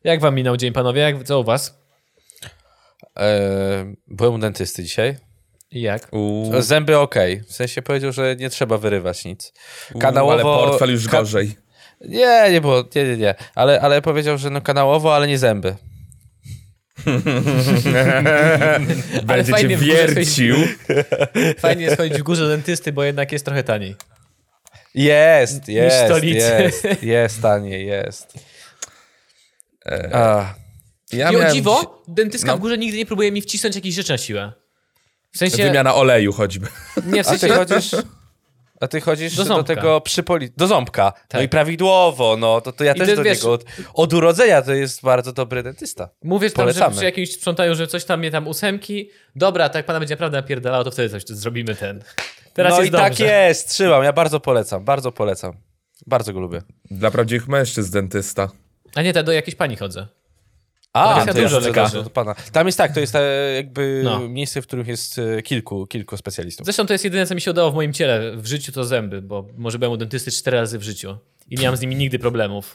Jak wam minął dzień, panowie? Co u was? Byłem u dentysty dzisiaj. I jak? Zęby okej. W sensie powiedział, że nie trzeba wyrywać nic. Kanałowo... Ale portfel już gorzej. Nie było, nie. Ale powiedział, że kanałowo, ale nie zęby. Będzie cię wiercił. Fajnie jest chodzić w górze dentysty, bo jednak jest trochę taniej. Jest, Niż w stolicy. Jest taniej, jest. I o dziwo, dentystka w górze nigdy nie próbuje mi wcisnąć jakiejś rzeczy na siłę. W sensie... Wymiana oleju choćby. Nie, w sensie... A ty chodzisz do tego do ząbka. Tak. No i prawidłowo, to ja też do niego od urodzenia to jest bardzo dobry dentysta. Mówię tam, że przy jakimś sprzątaniu, że coś tam mnie tam ósemki. Dobra, tak pana będzie naprawdę napierdalało, to wtedy coś zrobimy Teraz jest i dobrze. tak jest, trzymam. Ja bardzo polecam. Bardzo go lubię. Dla prawdziwych mężczyzn dentysta. A nie, do jakiejś pani chodzę. To dużo lekarzy. Tam jest to jest jakby miejsce, w którym jest kilku specjalistów. Zresztą to jest jedyne, co mi się udało w moim ciele w życiu, to zęby, bo może byłem u dentysty 4 razy w życiu i nie mam z nimi nigdy problemów.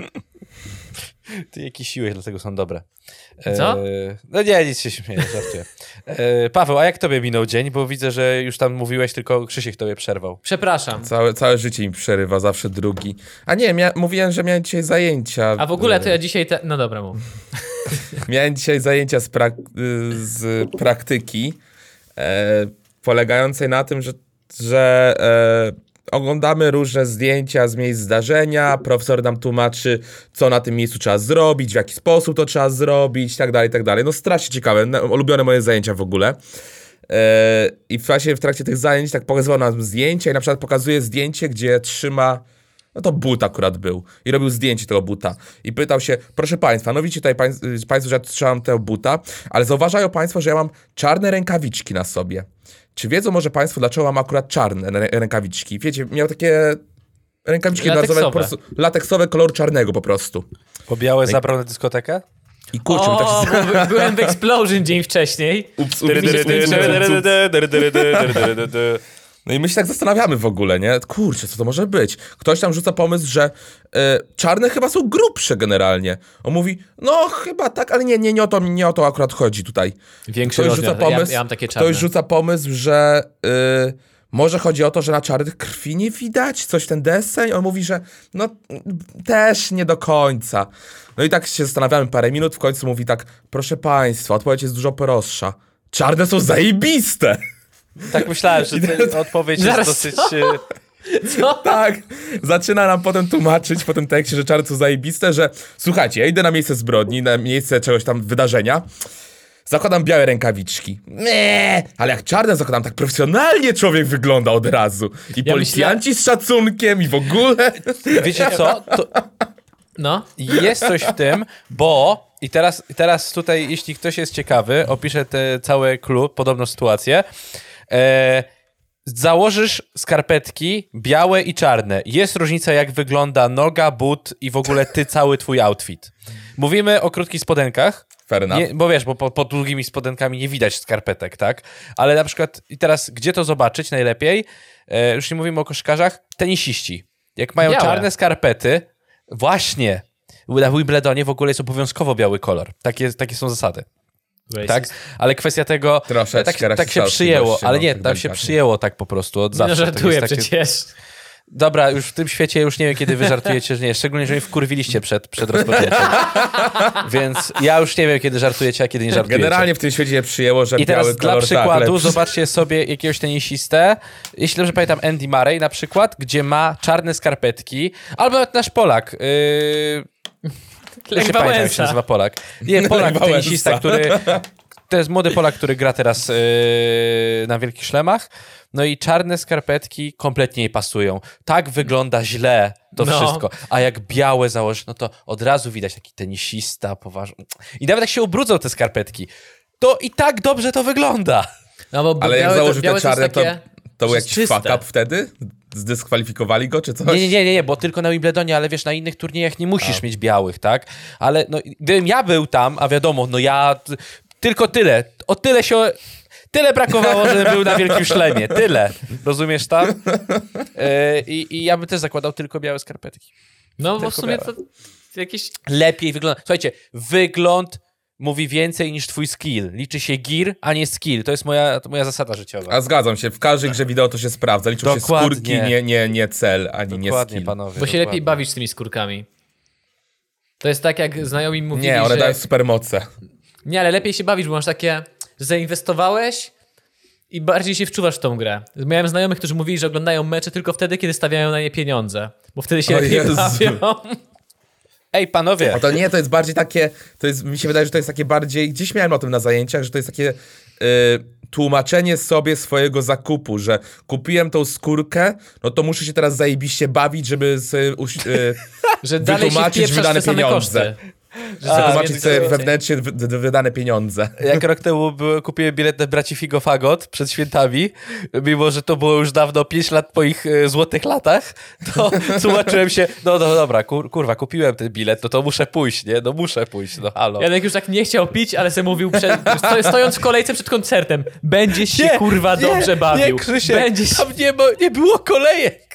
Ty jakieś siły, dlatego są dobre. Co? No nie, nic się śmieję, żartuję. Paweł, a jak tobie minął dzień? Bo widzę, że już tam mówiłeś, tylko Krzysiek tobie przerwał. Przepraszam. Całe życie mi przerywa, zawsze drugi. A nie, mówiłem, że miałem dzisiaj zajęcia. A w ogóle to ja dzisiaj... No dobra, mów. Miałem dzisiaj zajęcia z praktyki, polegającej na tym, że oglądamy różne zdjęcia z miejsc zdarzenia, profesor nam tłumaczy, co na tym miejscu trzeba zrobić, w jaki sposób to trzeba zrobić, i tak dalej. No strasznie ciekawe, ulubione moje zajęcia w ogóle. I właśnie w trakcie tych zajęć tak pokazywał nam zdjęcia i na przykład pokazuje zdjęcie, gdzie trzyma... No to but akurat był. I robił zdjęcie tego buta. I pytał się, proszę państwa, no widzicie tutaj państwo, że ja trzymam tego buta, ale zauważają państwo, że ja mam czarne rękawiczki na sobie. Czy wiedzą może państwo, dlaczego mam akurat czarne rękawiczki? Wiecie, miał takie rękawiczki lateksowe. Po prostu lateksowe koloru czarnego po prostu. Bo białe zabrał na dyskotekę? I kurczę, bo byłem w Explosion dzień wcześniej. No i my się tak zastanawiamy w ogóle, nie? Kurczę, co to może być? Ktoś tam rzuca pomysł, że czarne chyba są grubsze generalnie. On mówi, no chyba tak, ale nie o to akurat chodzi tutaj. Większy rozmiar, ja mam takie czarne. Ktoś rzuca pomysł, że może chodzi o to, że na czarnych krwi nie widać, coś w ten deseń. On mówi, że no też nie do końca. No i tak się zastanawiamy parę minut, w końcu mówi tak, proszę państwa, odpowiedź jest dużo prostsza. Czarne są zajebiste! Tak myślałem, że ta odpowiedź jest dosyć... Co? Tak, zaczyna nam potem tłumaczyć po tym tekście, że czarne są zajebiste, że słuchajcie, ja idę na miejsce zbrodni, na miejsce czegoś tam wydarzenia, zakładam białe rękawiczki. Ale jak czarne zakładam, tak profesjonalnie człowiek wygląda od razu. I policjanci z szacunkiem i w ogóle. Wiecie co? Jest coś w tym, bo... I teraz tutaj, jeśli ktoś jest ciekawy, opiszę te całe clue, podobną sytuację. Założysz skarpetki białe i czarne. Jest różnica, jak wygląda noga, but i w ogóle cały twój outfit. Mówimy o krótkich spodenkach. Fair enough. Bo wiesz, bo pod długimi spodenkami nie widać skarpetek, tak? Ale na przykład, i teraz gdzie to zobaczyć najlepiej? Już nie mówimy o koszykarzach. Tenisiści. Jak mają białe. czarne skarpety, właśnie... Na Wimbledonie w ogóle jest obowiązkowo biały kolor. Takie są zasady. Tak? Ale kwestia tego... Tak się przyjęło, ale nie, tam się przyjęło tak po prostu od zawsze. No żartuję przecież. Dobra, już w tym świecie już nie wiem, kiedy wy żartujecie, czy nie. Szczególnie, że mnie wkurwiliście przed rozpoczęciem. Więc ja już nie wiem, kiedy żartujecie, a kiedy nie żartujecie. Generalnie w tym świecie się przyjęło, że i teraz biały kolor, dla przykładu zobaczcie sobie jakiegoś tenisistę, jeśli dobrze pamiętam Andy Murray na przykład, gdzie ma czarne skarpetki, albo nawet nasz Polak. Lech pamiętam, jak się nazywa Polak. Nie, Polak tenisista, który... To jest młody Polak, który gra teraz na wielkich szlemach. No i czarne skarpetki kompletnie nie pasują. Tak wygląda źle to wszystko. A jak białe założysz, no to od razu widać taki tenisista poważny. I nawet jak się ubrudzą te skarpetki, to i tak dobrze to wygląda. No, bo ale jak założył te czarne, takie... to był jakiś fuck up wtedy? Zdyskwalifikowali go, czy coś? Nie, bo tylko na Wimbledonie, ale wiesz, na innych turniejach nie musisz mieć białych, tak? Ale no, gdybym ja był tam, a wiadomo, no ja... Tylko tyle. Tyle brakowało, żebym był na wielkim szlemie. Tyle. Rozumiesz tam? I ja bym też zakładał tylko białe skarpetki. No bo w sumie to... jakieś... Lepiej wygląda. Słuchajcie, wygląd mówi więcej niż twój skill. Liczy się gear, a nie skill. To jest moja zasada życiowa. A zgadzam się, w każdej grze wideo to się sprawdza. Liczą się Dokładnie. skórki, nie cel, ani nie Dokładnie, skill. panowie. Bo się lepiej bawisz z tymi skórkami. To jest tak, jak znajomi mówili, Nie, one że... dają supermoce. Nie, ale lepiej się bawisz, bo masz takie, że zainwestowałeś i bardziej się wczuwasz w tą grę. Miałem znajomych, którzy mówili, że oglądają mecze tylko wtedy, kiedy stawiają na nie pieniądze. Bo wtedy się O lepiej Jezu. bawią. Ej, panowie. A to nie, to jest bardziej takie, mi się wydaje, że to jest takie bardziej, gdzieś miałem o tym na zajęciach, że to jest takie tłumaczenie sobie swojego zakupu, że kupiłem tą skórkę, no to muszę się teraz zajebiście bawić, żeby sobie Że dalej się wytłumaczyć wpieprzasz w wydane te same pieniądze. koszty. Wytłumaczyć sobie wewnętrznie wydane pieniądze. Jak rok temu kupiłem bilet na Braci Figofagot przed świętami, mimo że to było już dawno 5 lat po ich złotych latach, to tłumaczyłem się, no dobra, kurwa, kupiłem ten bilet, to muszę pójść, nie? No muszę pójść, no halo. Janek już tak nie chciał pić, ale sobie mówił, stojąc w kolejce przed koncertem, będziesz się kurwa dobrze bawił. Nie, Krzysiek, Będziesz... tam nie było kolejek.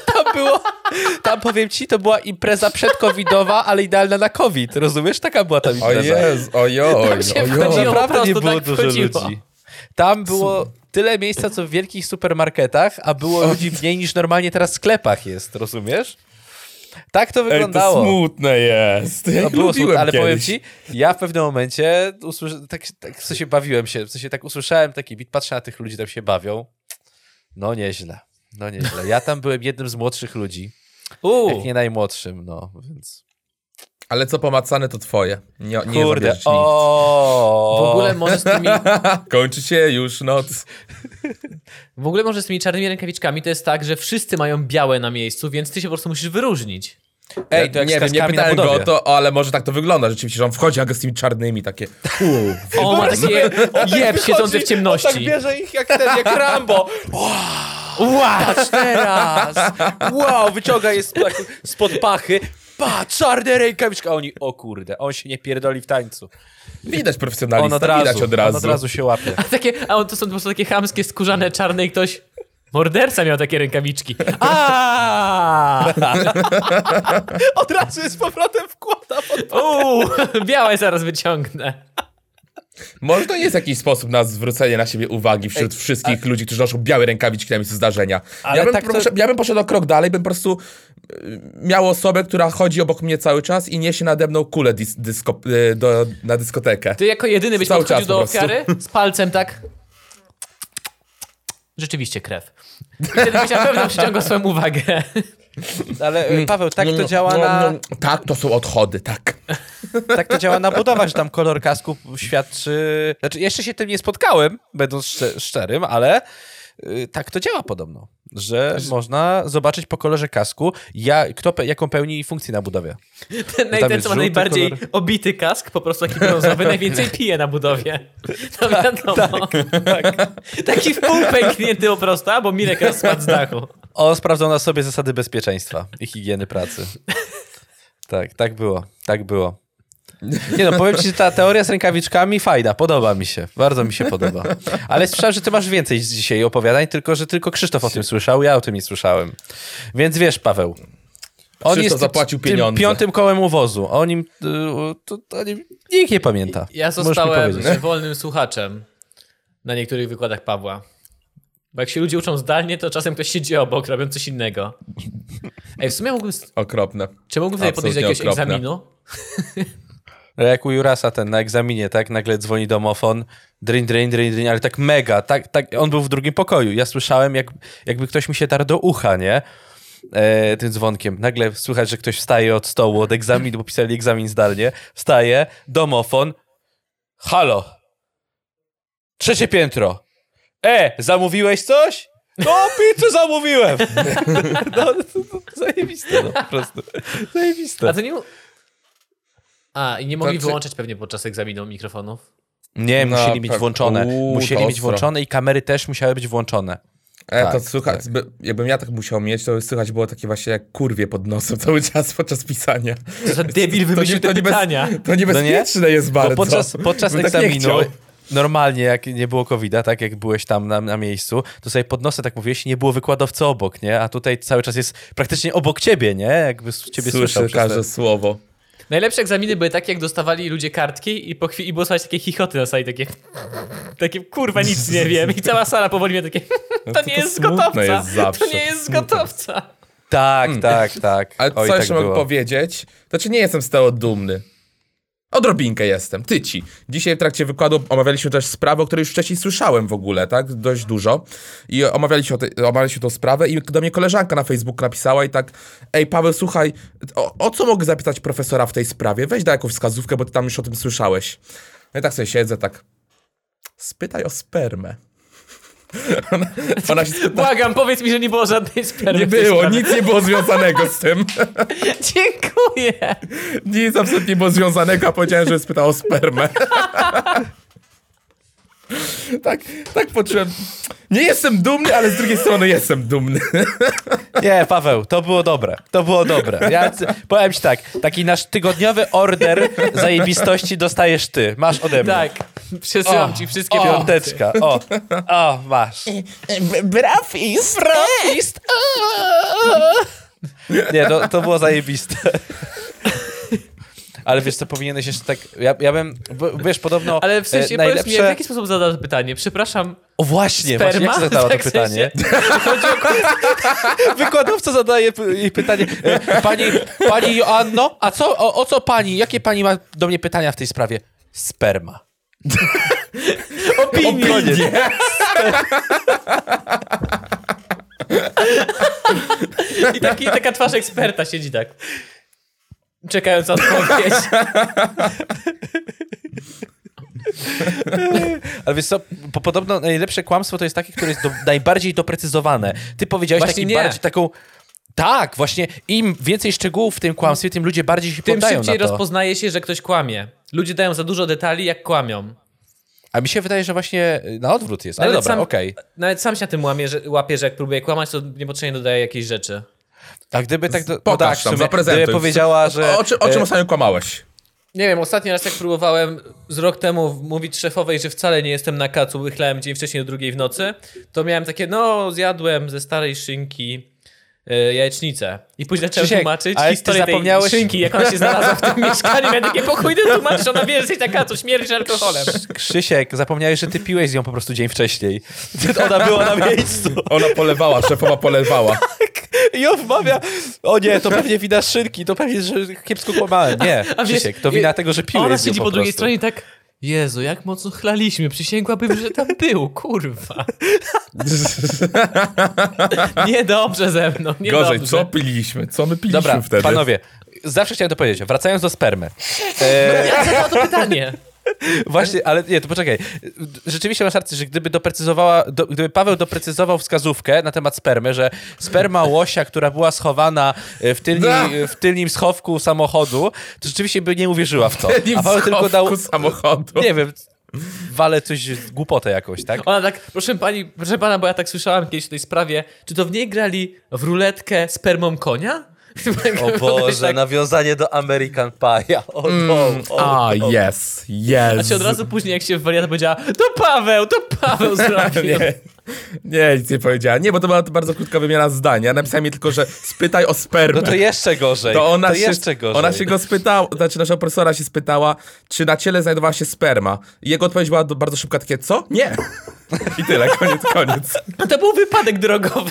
Tam powiem ci, to była impreza przedcovidowa, ale idealna na COVID, rozumiesz? Taka była ta O impreza. Jezu, ojoj, Tam się ojoj. wchodziło. Naprawdę po nie prostu było tak dużo wchodziło. ludzi. Tam było tyle miejsca, co w wielkich supermarketach, a było ludzi mniej niż normalnie teraz w sklepach jest, rozumiesz? Tak to Ej, wyglądało. to smutne jest. Ja To ich było lubiłem smutne, ale kiedyś. powiem ci, ja w pewnym momencie tak w sensie bawiłem się, w sensie tak usłyszałem taki bit, patrzę na tych ludzi, tam się bawią. No nieźle. Ja tam byłem jednym z młodszych ludzi, jak nie najmłodszym, no, więc... Ale co pomacane, to twoje. Nie Kurde, zabierzesz nic. W ogóle może z tymi... Kończy się już noc. W ogóle może z tymi czarnymi rękawiczkami to jest tak, że wszyscy mają białe na miejscu, więc ty się po prostu musisz wyróżnić. Ej, to jak nie z wiem, nie kaskami na pytałem go o budowie. to, ale może tak to wygląda rzeczywiście, że on wchodzi nagle z tymi czarnymi, takie O, ma takie jeb siedzący w ciemności. tak bierze ich jak Rambo. Patrz teraz! Wow, wyciąga je spod pachy. Czarne rękawiczka. A oni, o kurde, on się nie pierdoli w tańcu. widać On profesjonalista, widać od razu. On od razu się łapie. To są po prostu takie chamskie, skórzane, czarne i ktoś... Morderca miał takie rękawiczki. Od razu jest z powrotem wkłada Białe zaraz wyciągnę. Może to jest jakiś sposób na zwrócenie na siebie uwagi wśród wszystkich ludzi, którzy noszą białe rękawiczki na miejscu zdarzenia. Ale Ja bym poszedł o krok dalej, bym po prostu miał osobę, która chodzi obok mnie cały czas i niesie nade mną kulę na dyskotekę. Ty jako jedyny byś Cały podchodził czas po do prostu. ofiary z palcem tak... Rzeczywiście krew. I wtedy byś na pewno przyciągał swoją uwagę. Ale Paweł, tak to działa Tak, to są odchody, tak. tak to działa na budowach, że tam kolor kasku świadczy... Znaczy, jeszcze się tym nie spotkałem, będąc szczerym, ale tak to działa podobno. Że można zobaczyć po kolorze kasku, jaką pełni funkcję na budowie. Ten co ma najbardziej obity kask, po prostu taki brązowy, najwięcej pije na budowie. To wiadomo. Tak. Taki w pół pęknięty po prostu, bo Mirek raz spadł z dachu. On sprawdzał na sobie zasady bezpieczeństwa i higieny pracy. Tak było. Nie no, powiem ci, że ta teoria z rękawiczkami fajna, podoba mi się, bardzo mi się podoba. Ale słyszałem, że ty masz więcej dzisiaj opowiadań, że tylko Krzysztof o tym słyszał, ja o tym nie słyszałem. Więc wiesz, Paweł, on Krzysztof jest zapłacił tym pieniądze. 5. kołem uwozu, o nim nikt nie pamięta. Ja Możesz mi zostałem powiedzieć. wolnym słuchaczem na niektórych wykładach Pawła. Bo jak się ludzie uczą zdalnie, to czasem ktoś siedzi obok, robiąc coś innego. Ej, w sumie Okropne. czy mógłbym tutaj podejść do jakiegoś Absolutnie okropne. egzaminu? Jak u Jurasa na egzaminie, tak, nagle dzwoni domofon, drin, ale tak mega, tak, on był w drugim pokoju. Ja słyszałem, jakby ktoś mi się tarł do ucha, nie? Tym dzwonkiem. Nagle słychać, że ktoś wstaje od stołu, od egzaminu, bo pisali egzamin zdalnie, wstaje, domofon, halo, 3. piętro, zamówiłeś coś? No, pizzę zamówiłem! No, zajebiste, no, po prostu. Zajebiste. A to nie... I nie mogli Znaczy- wyłączać pewnie podczas egzaminu mikrofonów? Nie, No, musieli mieć włączone. Musieli to mieć ostro. włączone i kamery też musiały być włączone. To Tak, słychać, jakbym ja tak musiał mieć, to słychać było takie właśnie jak kurwie pod nosem cały czas podczas pisania. To za debil wymyślił te pytania. To niebezpieczne jest bardzo. Bo podczas Bym tak nie egzaminu, chciał. normalnie jak nie było COVID-a, tak jak byłeś tam na miejscu, to sobie pod nosem tak mówiłeś i nie było wykładowcy obok, nie? A tutaj cały czas jest praktycznie obok ciebie, nie? Jakby ciebie Słyszę słyszał. każde słowo. Najlepsze egzaminy były takie, jak dostawali ludzie kartki i było słychać takie chichoty na sali, takie kurwa nic nie wiem i cała sala powoli mnie takie to nie jest z gotowca, to nie jest z gotowca. Tak. Ale co jeszcze mogę powiedzieć? Znaczy nie jestem z tego dumny. Odrobinkę jestem, tyci. Dzisiaj w trakcie wykładu omawialiśmy też sprawę, o której już wcześniej słyszałem w ogóle, tak? Dość dużo. I omawialiśmy tą sprawę i do mnie koleżanka na Facebooku napisała i tak: ej Paweł, słuchaj, o co mogę zapytać profesora w tej sprawie? Weź daj jakąś wskazówkę, bo ty tam już o tym słyszałeś. No i tak sobie siedzę, tak: spytaj o spermę. Ona się spyta... Błagam, powiedz mi, że nie było żadnej spermy. Nie było, nic nie było związanego z tym. Dziękuję. Nic absolutnie nie było związanego, a powiedziałem, że spytał o spermę. tak poczułem. Nie jestem dumny, ale z drugiej strony jestem dumny. Nie, Paweł, to było dobre. Ja powiem ci tak, taki nasz tygodniowy order zajebistości dostajesz ty. Masz ode mnie. Tak, przesyłam ci wszystkie piąteczka. O, masz. Brafist. Nie, to było zajebiste. Ale wiesz co, powinieneś jeszcze tak... Ja bym... Wiesz, podobno... Ale w sensie, najlepsze... powiedz mi, w jaki sposób zadał to pytanie? Przepraszam. O właśnie, jak się zadało to pytanie? Wykładowca zadaje jej pytanie. Pani Joanno, a o co pani? Jakie pani ma do mnie pytania w tej sprawie? Sperma. Opinie. I taka twarz eksperta siedzi tak, czekając na odpowiedź. Ale wiesz co, podobno najlepsze kłamstwo to jest takie, które jest najbardziej doprecyzowane. Ty powiedziałeś właśnie taki bardziej taką... Tak, właśnie im więcej szczegółów w tym kłamstwie, tym ludzie bardziej się poddają na to. Tym szybciej rozpoznaje się, że ktoś kłamie. Ludzie dają za dużo detali, jak kłamią. A mi się wydaje, że właśnie na odwrót jest, ale dobra, okej. Nawet sam się na tym łapie, że jak próbuje kłamać, to niepotrzebnie dodaje jakieś rzeczy. A gdyby tak... Pokaż tam, zaprezentuj. Gdyby powiedziała, że... O czym ostatnio kłamałeś? Nie wiem, ostatni raz jak próbowałem z rok temu mówić szefowej, że wcale nie jestem na kacu, wychlałem dzień wcześniej do 2:00 w nocy, to miałem takie, zjadłem ze starej szynki jajecznicę. I później zacząłem tłumaczyć historię tej szynki, jak ona się znalazła w tym mieszkaniu. Miałem takie, pokójny tłumaczysz, ona wie, że jesteś na kacu, śmierdzisz alkoholem. Krzysiek, zapomniałeś, że ty piłeś z nią po prostu dzień wcześniej. Ona była na miejscu. Ona polewała, szefowa polewała. I on wmawia, o nie, to pewnie wina szynki, to pewnie, że kiepsko kłamałem. Nie, Krzysiek, to wina tego, że piłeś ona z nią siedzi po drugiej stronie tak, Jezu, jak mocno chlaliśmy, przysięgłabym, że tam był, kurwa. Niedobrze ze mną, niedobrze. Gorzej, co piliśmy? Co my piliśmy Dobra, wtedy? panowie, zawsze chciałem to powiedzieć, wracając do spermy. Ja zadałem to pytanie. Właśnie, ale nie, to poczekaj. Rzeczywiście masz rację, że gdyby gdyby Paweł doprecyzował wskazówkę na temat spermy, że sperma łosia, która była schowana w tylnym schowku samochodu, to rzeczywiście by nie uwierzyła w to. A Paweł tylko dał samochodu. Nie wiem, walę coś, głupotę jakąś, tak? Ona tak, proszę pana, bo ja tak słyszałam kiedyś w tej sprawie, czy to w niej grali w ruletkę spermą konia? O Boże, tak... nawiązanie do American Pie'a. Yes. Znaczy od razu później, jak się wariata powiedziała, to Paweł zrobił. Nie, nic nie powiedziała. Nie, bo to była bardzo krótka wymiana zdań. Ja napisałem jej tylko, że spytaj o spermę. No to jeszcze gorzej. Ona się go spytała, znaczy naszego profesora się spytała, czy na ciele znajdowała się sperma. I jego odpowiedź była bardzo szybka, takie, co? Nie. I tyle, koniec. No to był wypadek drogowy.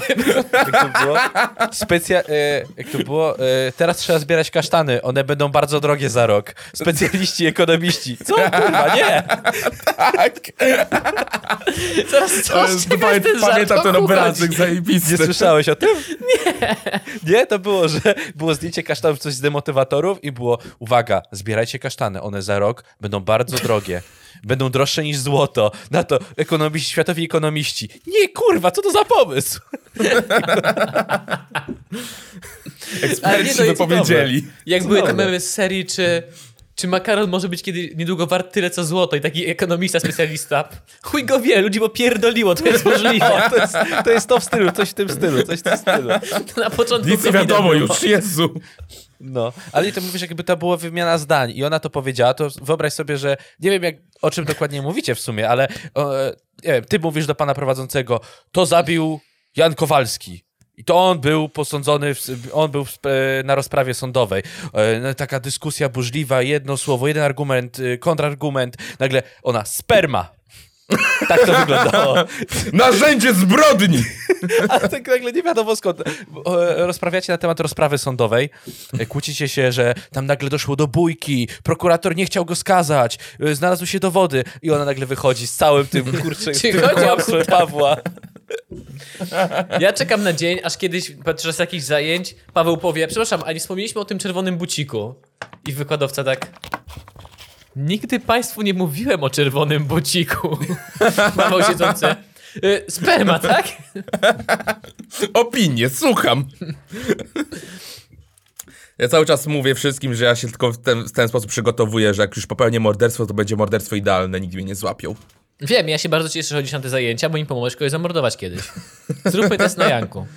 Jak to było? Teraz trzeba zbierać kasztany. One będą bardzo drogie za rok. Specjaliści, ekonomiści. Co? Kurwa, nie. Tak. Zaraz pamiętam ten obrazek zajebisty. Nie słyszałeś o tym? Nie, to było, że było zdjęcie kasztanów, coś z demotywatorów i było, uwaga, zbierajcie kasztany. One za rok będą bardzo drogie. Będą droższe niż złoto. Na to światowi ekonomiści. Nie, kurwa, co to za pomysł? Eksperci wypowiedzieli. Jak były te memy z serii, czy makaron może być niedługo wart tyle co złoto i taki ekonomista, specjalista. Chuj go wie, ludzi popierdoliło, to jest możliwe. To jest to w stylu, coś w tym stylu. To na początku nic nie wiadomo już, Jezu. No, ale to mówisz, jakby to była wymiana zdań i ona to powiedziała, to wyobraź sobie, że nie wiem o czym dokładnie mówicie w sumie, ale nie wiem, ty mówisz do pana prowadzącego, to zabił Jan Kowalski. I to on był posądzony, na rozprawie sądowej. Taka dyskusja burzliwa, jedno słowo, jeden argument, kontrargument. Nagle ona, sperma. Tak to wyglądało. Narzędzie zbrodni! A tak nagle nie wiadomo skąd. Rozprawiacie na temat rozprawy sądowej. Kłócicie się, że tam nagle doszło do bójki, prokurator nie chciał go skazać, znalazły się dowody i ona nagle wychodzi z całym tym, kłamstwem Pawła. Ja czekam na dzień, aż kiedyś podczas jakichś zajęć Paweł powie, przepraszam, a nie wspomnieliśmy o tym czerwonym buciku. I wykładowca tak... Nigdy państwu nie mówiłem o czerwonym buciku. Paweł siedzący. Sperma, tak? Opinie, słucham. Ja cały czas mówię wszystkim, że ja się tylko w ten sposób przygotowuję, że jak już popełnię morderstwo, to będzie morderstwo idealne, nigdy mnie nie złapią. Wiem, ja się bardzo cieszę, że chodzisz na te zajęcia, bo mi pomożesz kogoś zamordować kiedyś. Zróbmy test na Janku.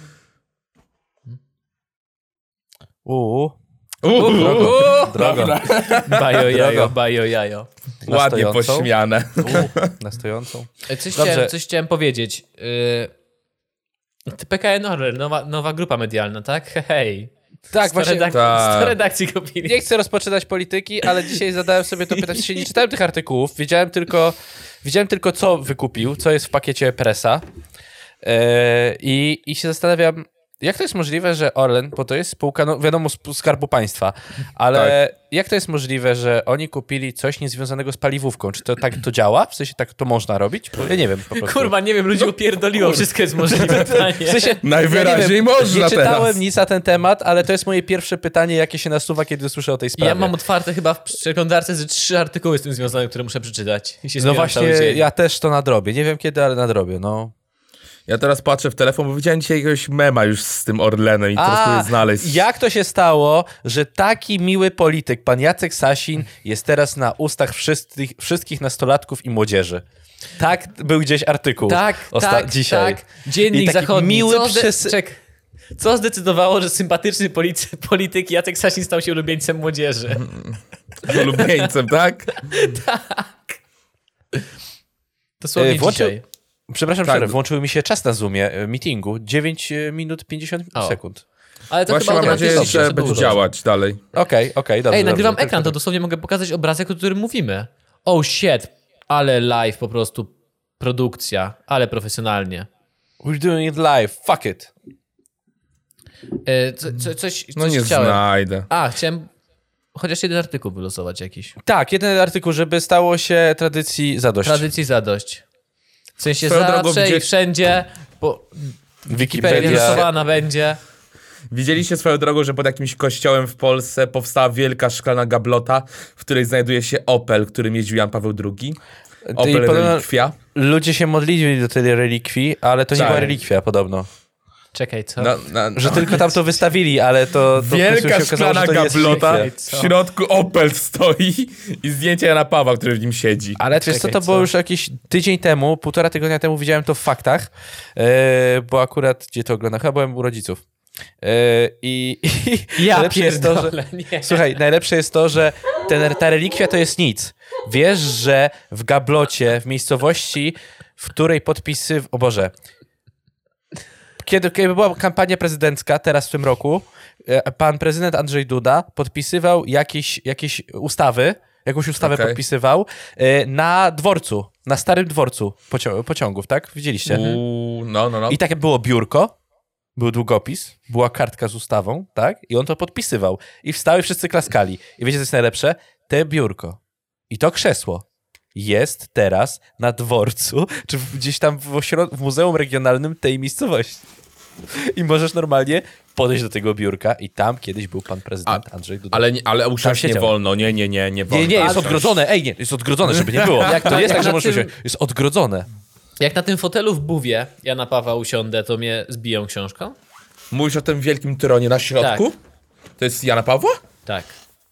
Drogo. Bajo jajo, bajo jajo. Ładnie pośmiane. Na stojącą. Coś chciałem powiedzieć. PKN Orlen, nowa grupa medialna, tak? Hej. Tak, właśnie. 100 redakcji kupili. Nie chcę rozpoczynać polityki, ale dzisiaj zadałem sobie to pytanie. Nie czytałem tych artykułów, widziałem tylko co wykupił, co jest w pakiecie Pressa. I się zastanawiam, jak to jest możliwe, że Orlen, bo to jest spółka, no wiadomo, Skarbu Państwa, ale jak to jest możliwe, że oni kupili coś niezwiązanego z paliwowką? Czy to tak to działa? W sensie tak to można robić? Bo ja nie wiem po prostu. Kurwa, nie wiem, ludzi upierdoliło, wszystko jest możliwe. W sensie, Najwyraźniej ja można nie czytałem teraz. nic na ten temat, ale to jest moje pierwsze pytanie, jakie się nasuwa, kiedy słyszę o tej sprawie. Ja mam otwarte chyba w przeglądarce ze 3 artykuły z tym związane, które muszę przeczytać. I się No zbieram właśnie, cały dzień. ja też to nadrobię. Nie wiem kiedy, ale nadrobię, no. Ja teraz patrzę w telefon, bo widziałem dzisiaj jakiegoś mema już z tym Orlenem i teraz próbuję znaleźć. Jak to się stało, że taki miły polityk, pan Jacek Sasin, jest teraz na ustach wszystkich nastolatków i młodzieży? Tak był gdzieś artykuł dzisiaj. Tak. Dziennik I taki Zachodni. miły Co zdecydowało, że sympatyczny polityk Jacek Sasin stał się ulubieńcem młodzieży? Ulubieńcem, tak? Tak. Dosłownie dzisiaj. Przepraszam, Tak. włączył mi się czas na Zoomie meetingu. 9 minut 50 sekund. Ale to Właśnie chyba mam nadzieję, automatycznie że się będzie dużo. działać dalej. Okej, dobrze. Ej, nagrywam dobrze. ekran, to dosłownie mogę pokazać obrazek, o którym mówimy. Oh shit, ale live po prostu produkcja, ale profesjonalnie. We're doing it live, fuck it. Coś No nie chciałem. znajdę. Chciałem chociaż jeden artykuł wylosować jakiś. Tak, jeden artykuł, żeby stało się tradycji zadość. Tradycji zadość. W sensie Swoją drogą, zawsze i wszędzie, bo Wikipedia Wikipedia. rysowana będzie. Widzieliście swoją drogą, że pod jakimś kościołem w Polsce powstała wielka szklana gablota, w której znajduje się Opel, którym jeździł Jan Paweł II. Opel podobno relikwia. Ludzie się modlili do tej relikwii, ale to nie Tak. była relikwia podobno. Czekaj, co? Że tylko tam to wystawili, ale to Wielka się okazało, szklana że to nie jest gablota, relikwia. w środku Opel stoi i zdjęcie Jana Pawła, który w nim siedzi. Ale wiesz co, to było już jakiś tydzień temu, 1,5 tygodnia temu widziałem to w Faktach, bo akurat, gdzie to oglądam? Chyba byłem u rodziców. Ja najlepsze jest to, że, pierdolę, nie. słuchaj, najlepsze jest to, że ta relikwia to jest nic. Wiesz, że w gablocie, w miejscowości, w której o Boże, kiedy była kampania prezydencka, teraz w tym roku, pan prezydent Andrzej Duda podpisywał jakieś ustawy, jakąś ustawę podpisywał na dworcu, na starym dworcu pociągów, tak? Widzieliście? No. I takie było biurko, był długopis, była kartka z ustawą, tak? I on to podpisywał. I wstał i wszyscy klaskali. I wiecie, co jest najlepsze? Te biurko i to krzesło jest teraz na dworcu, czy gdzieś tam w Muzeum Regionalnym tej miejscowości. I możesz normalnie podejść do tego biurka i tam kiedyś był pan prezydent Andrzej Duda. Ale usiąść nie siedział. wolno, nie wolno. Nie, jest odgrodzone, jest odgrodzone, żeby nie było. To jest tak, że możesz usiąść. Jest odgrodzone. Jak na tym fotelu w Buwie Jana Pawła usiądę, to mnie zbiją książką? Mówisz o tym wielkim tronie na środku? Tak. To jest Jana Pawła? Tak.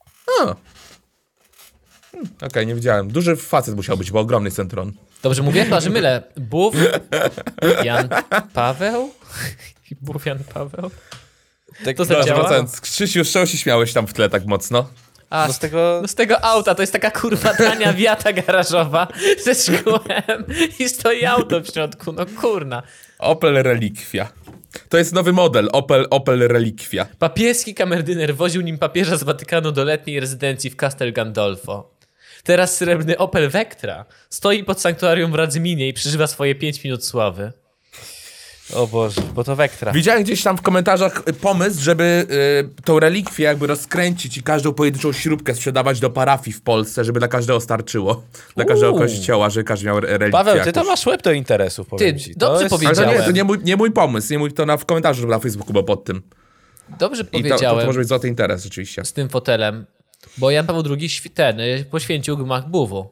Okej, nie wiedziałem. Duży facet musiał być, bo ogromny jest ten tron. Dobrze mówię? Chyba, że mylę. Bów, Jan Paweł? Bów, Jan Paweł? Tak, To zadziała? Wracając, Krzysiu, z czego się śmiałeś tam w tle tak mocno? A, z tego... auta, to jest taka kurwa tania wiata garażowa ze szkłem i stoi auto w środku, no kurna. Opel relikwia. To jest nowy model, Opel Relikwia. Papieski kamerdyner woził nim papieża z Watykanu do letniej rezydencji w Castel Gandolfo. Teraz srebrny Opel Vectra stoi pod sanktuarium w Radzyminie i przeżywa swoje 5 minut sławy. O Boże, bo to Vectra. Widziałem gdzieś tam w komentarzach pomysł, żeby tą relikwię jakby rozkręcić i każdą pojedynczą śrubkę sprzedawać do parafii w Polsce, żeby dla każdego starczyło. Dla każdego kościoła, żeby każdy miał relikwię. Paweł, ty jakąś. to masz łeb do interesów, powiem ci. dobrze jest... powiedziałeś. Ale to nie mój pomysł, to w komentarzu na Facebooku było pod tym. Dobrze I to powiedziałem może być złoty interes rzeczywiście. z tym fotelem, bo Jan Paweł II poświęcił gmach Buwu.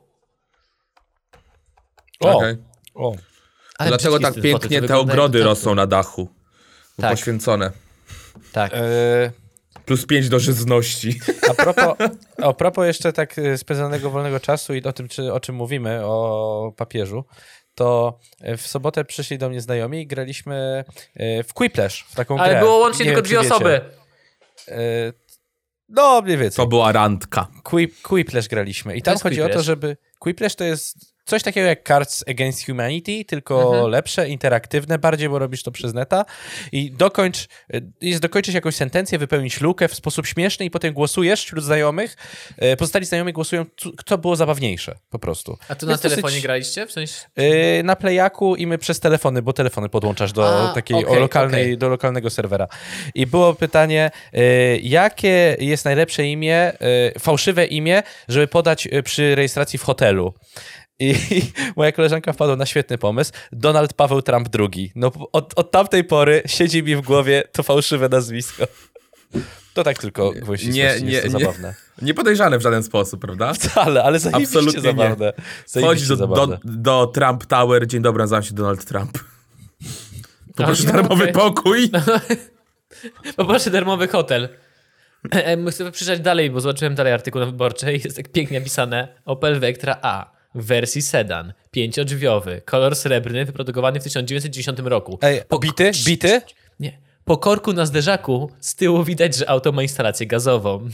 O, Okej. o. Ale Dlatego brzydki tak jest ten pięknie fotel, te to wygląda ogrody jak rosną na dachu. Tak. Poświęcone. Tak. Plus 5 do żyzności. A propos jeszcze tak spędzonego wolnego czasu i o czym mówimy, o papieżu, to w sobotę przyszli do mnie znajomi i graliśmy w Quiplash, w taką grę. Ale było łącznie Nie tylko wiem, 2 czy osoby. wiecie. No, mniej więcej. To była randka. Quiplash graliśmy. I To tam jest chodzi o to, Quiplash. żeby... Quiplash to jest coś takiego jak Cards Against Humanity, tylko lepsze, interaktywne bardziej, bo robisz to przez neta i dokończyć jakąś sentencję, wypełnić lukę w sposób śmieszny i potem głosujesz wśród znajomych. Pozostali znajomi głosują, kto było zabawniejsze po prostu. A to na Jest telefonie graliście? W sensie... Na Playaku i my przez telefony, bo telefony podłączasz do do lokalnego serwera. I było pytanie, jakie jest najlepsze imię, fałszywe imię, żeby podać przy rejestracji w hotelu. I moja koleżanka wpadła na świetny pomysł. Donald Paweł Trump II. No od tamtej pory siedzi mi w głowie to fałszywe nazwisko. To tak tylko gwóźdź jest to zabawne. Nie podejrzane w żaden sposób, prawda? Wcale, ale zajebiście Absolutnie zabawne. Chodź do Trump Tower. Dzień dobry, nazywam się Donald Trump. Poproszę darmowy pokój. Poproszę darmowy hotel. Chcę przeczytać dalej, bo zobaczyłem dalej artykuł na Wyborczej. Jest tak pięknie napisane. Opel Vectra A w wersji sedan, 5-drzwiowy, kolor srebrny, wyprodukowany w 1910 roku. Ej, bity? Nie. Po korku na zderzaku z tyłu widać, że auto ma instalację gazową.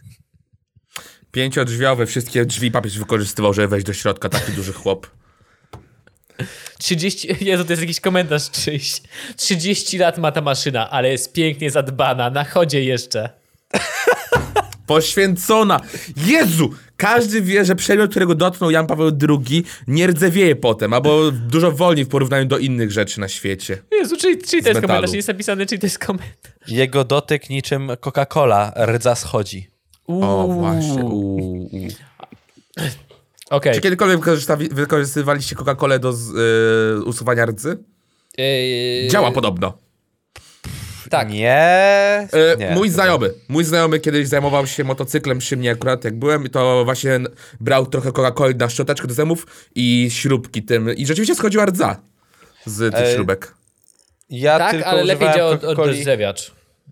5-drzwiowe, wszystkie drzwi papież wykorzystywał, żeby wejść do środka, taki duży chłop. Jezu, to jest jakiś komentarz czyjś. 30 lat ma ta maszyna, ale jest pięknie zadbana, na chodzie jeszcze. Poświęcona. Jezu! Każdy wie, że przedmiot, którego dotknął Jan Paweł II, nie rdzewieje potem, albo dużo wolniej w porównaniu do innych rzeczy na świecie. Jezu, czyli to jest metalu. komentarz, nie jest napisany, czyli to jest komentarz. Jego dotyk niczym Coca-Cola, rdza schodzi. O, właśnie. Okej. Czy kiedykolwiek wykorzystywaliście Coca-Colę do usuwania rdzy? Działa podobno. Tak. Nie. Mój znajomy kiedyś zajmował się motocyklem przy mnie akurat jak byłem i to właśnie brał trochę Coca-Coli na szczoteczkę do zębów i śrubki tym i rzeczywiście schodziła rdza z tych śrubek. Ja Tak, tylko ale lepiej działa od Coca-Coli. drzewiacz.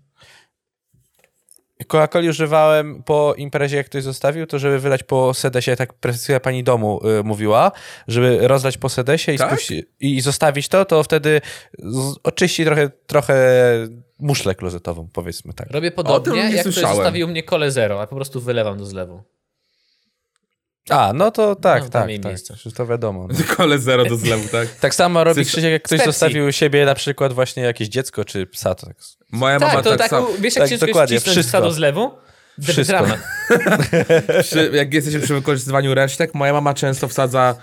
Coca-Coli używałem po imprezie, jak ktoś zostawił, to żeby wylać po sedesie, tak precyzja pani domu mówiła, żeby rozlać po sedesie Tak? i zostawić to wtedy oczyści trochę muszlę klozetową, powiedzmy tak. Robię O tym podobnie, nie jak ktoś słyszałem. zostawił mnie kole zero, a po prostu wylewam do zlewu. A, no to tak, No, tak, mniej tak, miejsca. to wiadomo. No. Kole zero do zlewu, tak? Tak samo robi Krzysiek, jak ktoś Pepsi. zostawił u siebie na przykład właśnie jakieś dziecko czy psa. To tak. Moja mama Tak, to tak, samo. wiesz jak tak, ciężko dokładnie, jest wcisnąć wszystko. psa do zlewu? Wszystko. Dramat. Jak jesteśmy przy wykorzystywaniu resztek, moja mama często wsadza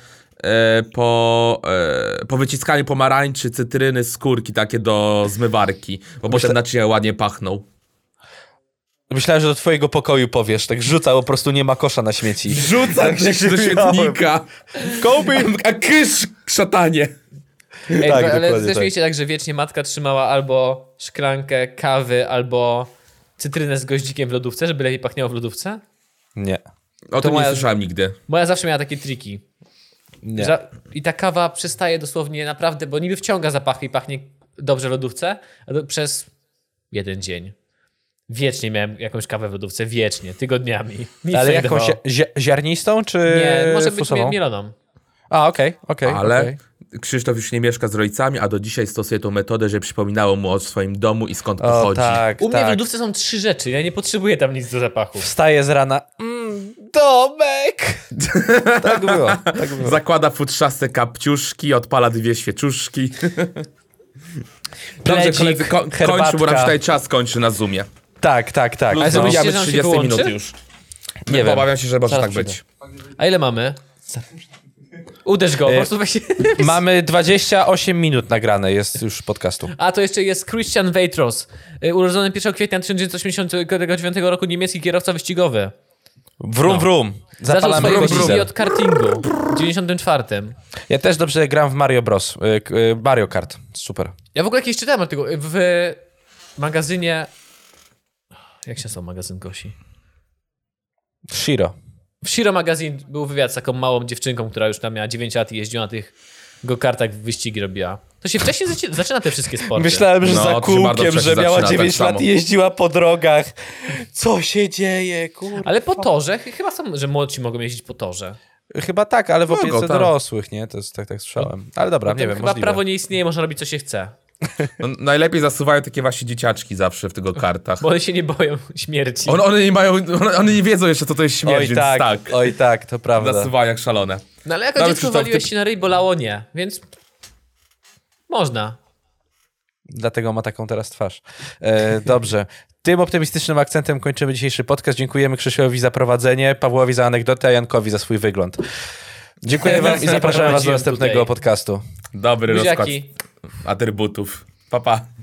po wyciskaniu pomarańczy, cytryny, skórki takie do zmywarki, bo potem naczynia ładnie pachną. Myślałem, że do twojego pokoju powiesz, tak rzuca, po prostu nie ma kosza na śmieci. Rzuca do świetnika. Kołby! A kysz, szatanie. Ej, Tak, ale dokładnie też tak. wiecie tak, że wiecznie matka trzymała albo szklankę kawy, albo cytrynę z goździkiem w lodówce, żeby lepiej pachniało w lodówce? Nie. O tym nie moja- słyszałem nigdy. Moja zawsze miała takie triki. Nie. I ta kawa przestaje dosłownie naprawdę, bo niby wciąga zapachy i pachnie dobrze w lodówce, a to przez 1 dzień. Wiecznie miałem jakąś kawę w lodówce, wiecznie, tygodniami. Nic Ale nie jakąś dawało. ziarnistą, czy Nie, może być fusową? mieloną. A, okej. Ale Krzysztof już nie mieszka z rodzicami, a do dzisiaj stosuje tą metodę, że przypominało mu o swoim domu i skąd O, pochodzi. tak, U mnie w tak. lodówce są 3 rzeczy, ja nie potrzebuję tam nic do zapachu. Wstaje z rana, domek! Tak było. Zakłada futrzaste kapciuszki, odpala 2 świeczuszki. Dobrze, Plecik, koledzy, kończmy, bo nam herbatka. się tutaj czas kończy na Zoomie. Tak. Ale No, zrobiliście, mamy że nam się 30 wyłączy? minut już. Nie wiem. Obawiam się, że może Zaraz tak być. A ile mamy? Uderz go, po prostu weź... Mamy 28 minut nagrane, jest już podcastu. A, to jeszcze jest Christian Weitros. Urodzony 1 kwietnia 1989 roku, niemiecki kierowca wyścigowy. Wrum. Zaczął Zapalam swoje diesel. wyścigi od kartingu w 94. Ja też dobrze gram w Mario Bros. Mario Kart. Super. Ja w ogóle jakieś czytałem o tego w magazynie... Jak się nazywał magazyn Gosi? Shiro. W Shiro Magazine był wywiad z taką małą dziewczynką, która już tam miała 9 lat i jeździła na tych go-kartach, wyścigi robiła. To się wcześniej zaczyna te wszystkie sporty. Myślałem, że No, za to się bardzo kółkiem, że wcześnie miała zaczyna, 9 tak lat samo. i jeździła po drogach. Co się dzieje, kurwa? Ale po torze, chyba są, że młodsi mogą jeździć po torze. Chyba tak, ale w Mogą, opiece tak. dorosłych, nie? To jest tak słyszałem. Ale dobra, nie wiem, Chyba możliwe. prawo nie istnieje, można robić co się chce. No, najlepiej zasuwają takie właśnie dzieciaczki zawsze w tego kartach. Bo one się nie boją śmierci. One nie mają, one nie wiedzą jeszcze, co to jest śmierć, Oj więc tak, to prawda. zasuwają jak szalone. No ale jako Nawet dziecko Krzysztof, waliłeś ty- się na ryj, bolało nie, więc można. Dlatego ma taką teraz twarz. Dobrze. Tym optymistycznym akcentem kończymy dzisiejszy podcast. Dziękujemy Krzysiowi za prowadzenie, Pawłowi za anegdotę, a Jankowi za swój wygląd. Dziękuję wam i zapraszamy was do następnego podcastu. Dobry Buziaki. rozkład atrybutów. Pa, pa.